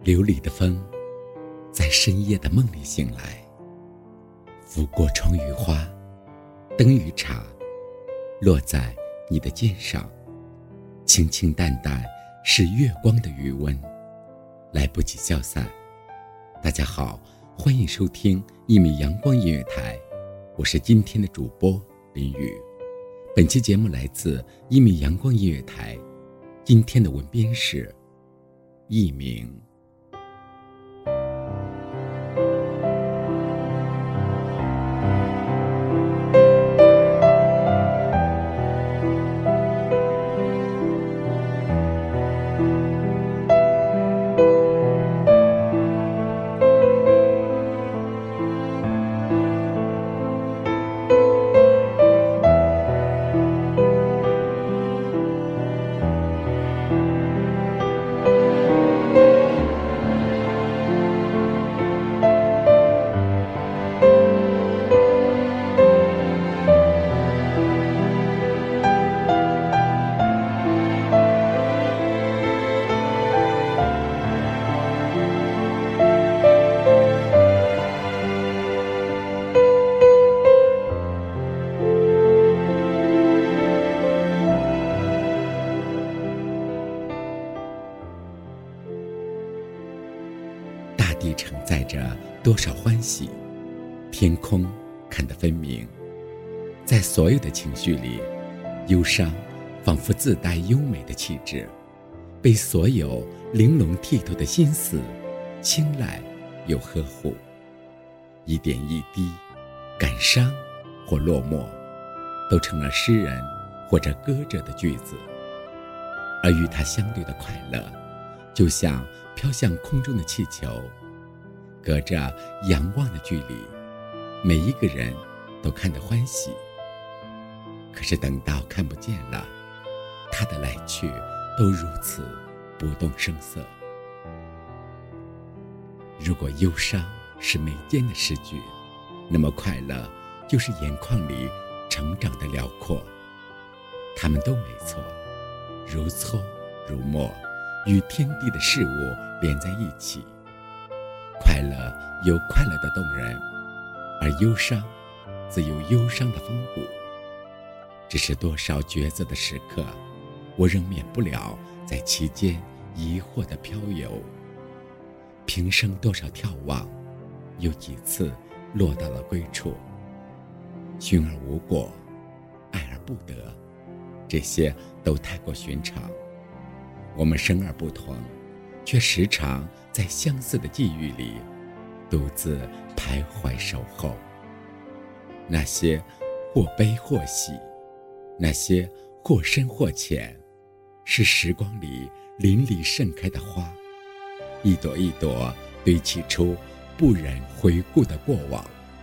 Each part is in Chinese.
流离的风在深夜的梦里醒来，拂过窗雨花，灯与茶落在你的肩上，清清淡淡是月光的余温，来不及消散。大家好，欢迎收听1米阳光音乐台，我是今天的主播林雨。本期节目来自1米阳光音乐台，今天的文编是佚名。大地承载着多少欢喜，天空看得分明。在所有的情绪里，忧伤仿佛自带优美的气质，被所有玲珑剔透的心思青睐又呵护。一点一滴，感伤或落寞，都成了诗人或者歌者的句子。而与它相对的快乐，就像飘向空中的气球，隔着仰望的距离，每一个人都看得欢喜。可是等到看不见了，它的来去都如此不动声色。如果忧伤是眉间的诗句，那么快乐就是眼眶里成长的辽阔。它们都没错，如搓如墨，与天地的事物连在一起。快乐有快乐的动人，而忧伤则有忧伤的风骨。只是多少抉择的时刻，我仍免不了在其间疑惑的飘游。平生多少眺望，有几次落到了归处。寻而无果，爱而不得，这些都太过寻常。我们生而不同，却时常在相似的际遇里独自徘徊守候。那些或悲或喜，那些或深或浅，是时光里淋漓盛开的花，一朵一朵堆砌出不忍回顾的过往。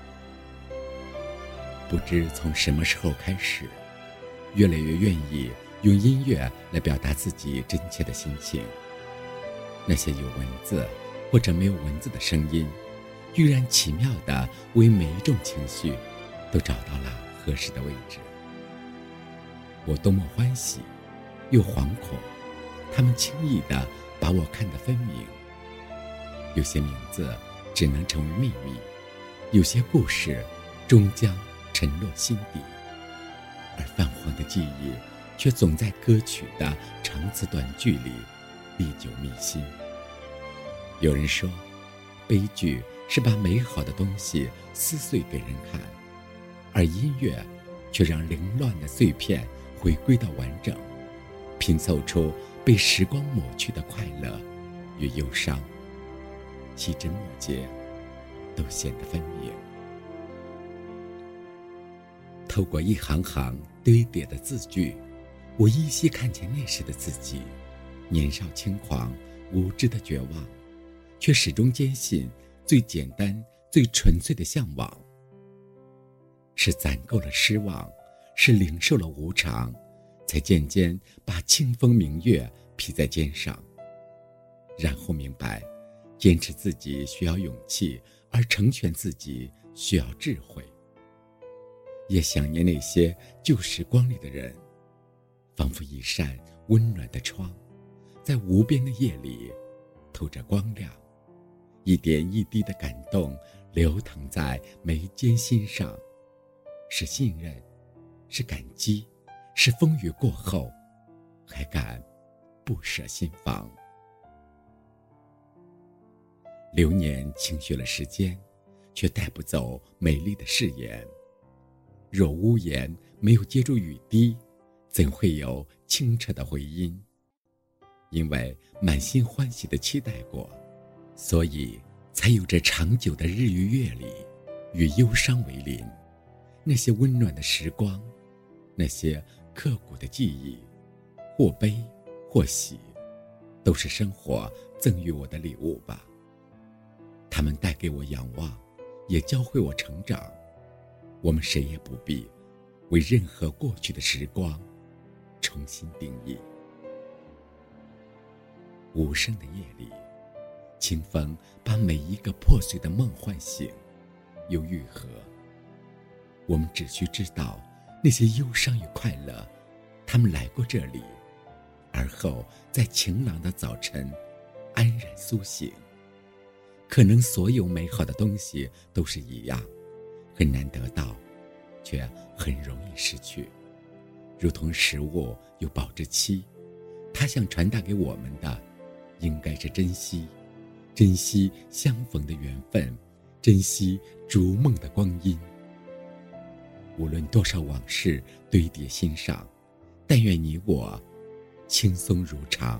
不知从什么时候开始，越来越愿意用音乐来表达自己真切的心情。那些有文字或者没有文字的声音，居然奇妙地为每一种情绪都找到了合适的位置。我多么欢喜又惶恐，他们轻易地把我看得分明。有些名字只能成为秘密，有些故事终将沉落心底，而泛黄的记忆却总在歌曲的长词短句里历久弥新。有人说，悲剧是把美好的东西撕碎给人看，而音乐却让凌乱的碎片回归到完整，拼凑出被时光抹去的快乐与忧伤，细枝末节都显得分明。透过一行行堆叠的字句，我依稀看见那时的自己，年少轻狂，无知的绝望，却始终坚信最简单最纯粹的向往。是攒够了失望，是领受了无常，才渐渐把清风明月披在肩上。然后明白，坚持自己需要勇气，而成全自己需要智慧。也想念那些旧时光里的人，仿佛一扇温暖的窗，在无边的夜里透着光亮，一点一滴的感动流淌在眉间心上，是信任，是感激，是风雨过后还敢不舍心房。流年轻许了时间，却带不走美丽的誓言。若屋檐没有接住雨滴，怎会有清澈的回音？因为满心欢喜的期待过，所以才有着长久的日与月里，与忧伤为邻。那些温暖的时光，那些刻骨的记忆，或悲或喜，都是生活赠予我的礼物吧。他们带给我仰望，也教会我成长。我们谁也不必为任何过去的时光重新定义。无声的夜里，清风把每一个破碎的梦唤醒又愈合。我们只需知道那些忧伤与快乐，他们来过这里，而后在晴朗的早晨安然苏醒。可能所有美好的东西都是一样，很难得到，却很容易失去。如同食物有保质期，它想传达给我们的应该是珍惜，珍惜相逢的缘分，珍惜逐梦的光阴。无论多少往事堆叠心上，但愿你我轻松如常。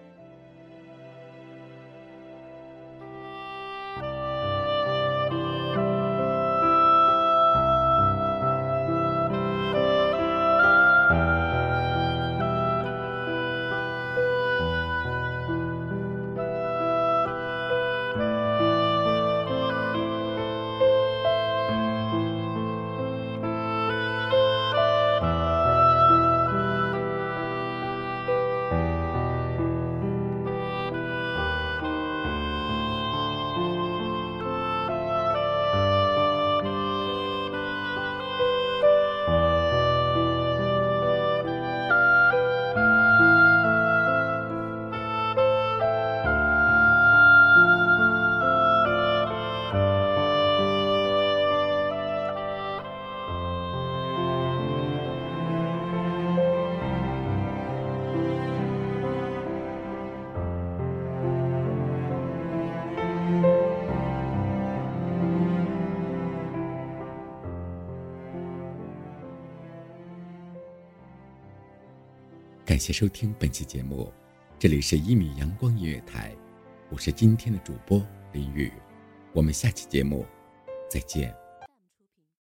感谢收听本期节目，这里是1米阳光音乐台，我是今天的主播林宇，我们下期节目再见。